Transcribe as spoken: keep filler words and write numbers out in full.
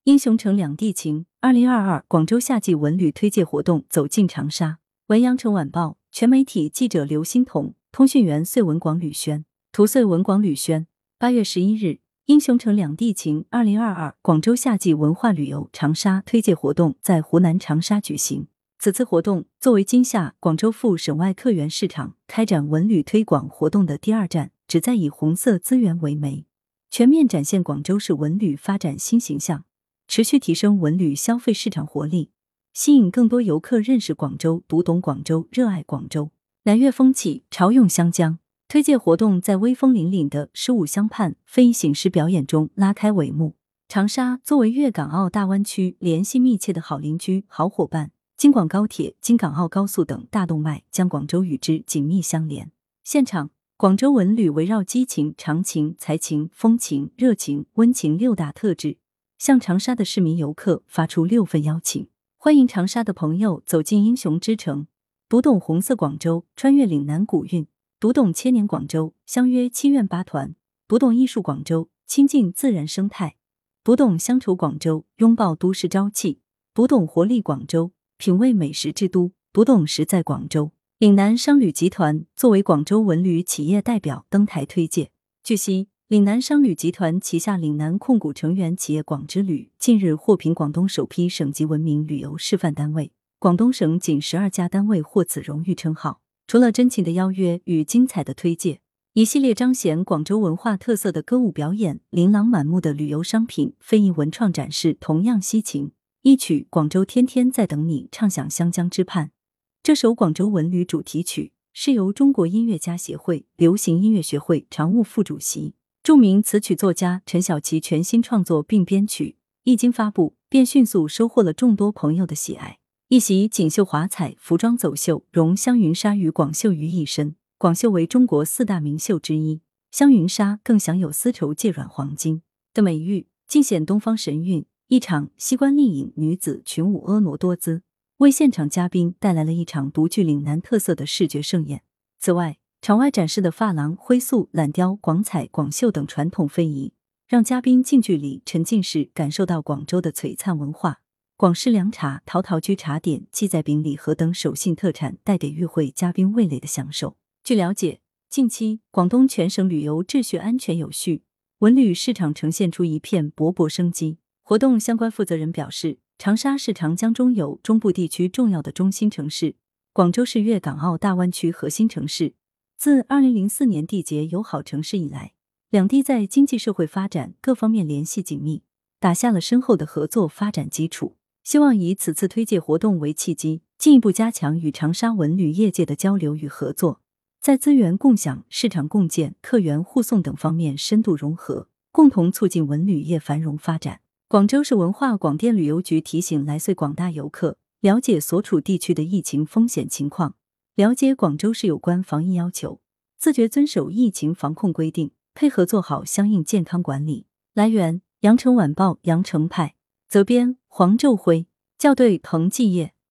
英雄城两地情，二零二二广州夏季文旅推介活动走进长沙。文阳城晚报全媒体记者刘欣彤，通讯员穗文广吕轩，图穗文广吕轩。八月十一日，英雄城两地情二零二二广州夏季文化旅游长沙推介活动在湖南长沙举行。此次活动作为今夏广州赴省外客源市场开展文旅推广活动的第二站，旨在以红色资源为媒，全面展现广州市文旅发展新形象，持续提升文旅消费市场活力，吸引更多游客认识广州、读懂广州、热爱广州。南粤风起，潮涌湘江。推介活动在威风凛凛的十五湘畔非遗醒狮表演中拉开帷幕。长沙作为粤港澳大湾区联系密切的好邻居、好伙伴，京广高铁、京港澳高速等大动脉将广州与之紧密相连。现场，广州文旅围绕激情、长情、才情、风情、热情、温情六大特质，向长沙的市民游客发出六份邀请，欢迎长沙的朋友走进英雄之城，读懂红色广州，穿越岭南古韵，读懂千年广州，相约七院八团，读懂艺术广州，亲近自然生态，读懂乡愁广州，拥抱都市朝气，读懂活力广州，品味美食之都，读懂实在广州。岭南商旅集团作为广州文旅企业代表登台推介。据悉，岭南商旅集团旗下岭南控股成员企业广之旅近日获评广东首批省级文明旅游示范单位，广东省仅十二家单位获此荣誉称号。除了真情的邀约与精彩的推介，一系列彰显广州文化特色的歌舞表演、琳琅满目的旅游商品、非遗文创展示同样吸睛。一曲《广州天天在等你》唱响湘江之畔。这首广州文旅主题曲是由中国音乐家协会流行音乐学会常务副主席、著名词曲作家陈小琪全新创作并编曲，一经发布便迅速收获了众多朋友的喜爱。一袭锦绣华彩服装走秀，融香云纱与广绣于一身。广绣为中国四大名绣之一，香云纱更享有丝绸界软黄金的美誉，尽显东方神韵。一场西关丽影女子群舞婀娜多姿，为现场嘉宾带来了一场独具岭南特色的视觉盛宴。此外，场外展示的珐琅、灰塑、揽雕、广彩、广绣等传统非遗，让嘉宾近距离沉浸式感受到广州的璀璨文化。广式凉茶、陶陶居茶点、鸡仔饼礼盒等手信特产带给与会嘉宾味蕾的享受。据了解，近期广东全省旅游秩序安全有序，文旅市场呈现出一片勃勃生机。活动相关负责人表示，长沙是长江中游中部地区重要的中心城市，广州是粤港澳大湾区核心城市。自二零零四年缔结友好城市以来，两地在经济社会发展各方面联系紧密，打下了深厚的合作发展基础。希望以此次推介活动为契机，进一步加强与长沙文旅业界的交流与合作，在资源共享、市场共建、客源护送等方面深度融合，共同促进文旅业繁荣发展。广州市文化广电旅游局提醒来穗广大游客，了解所处地区的疫情风险情况，了解广州市有关防疫要求，自觉遵守疫情防控规定，配合做好相应健康管理。来源：羊城晚报羊城派，责编：黄昼辉，校对：滕继业。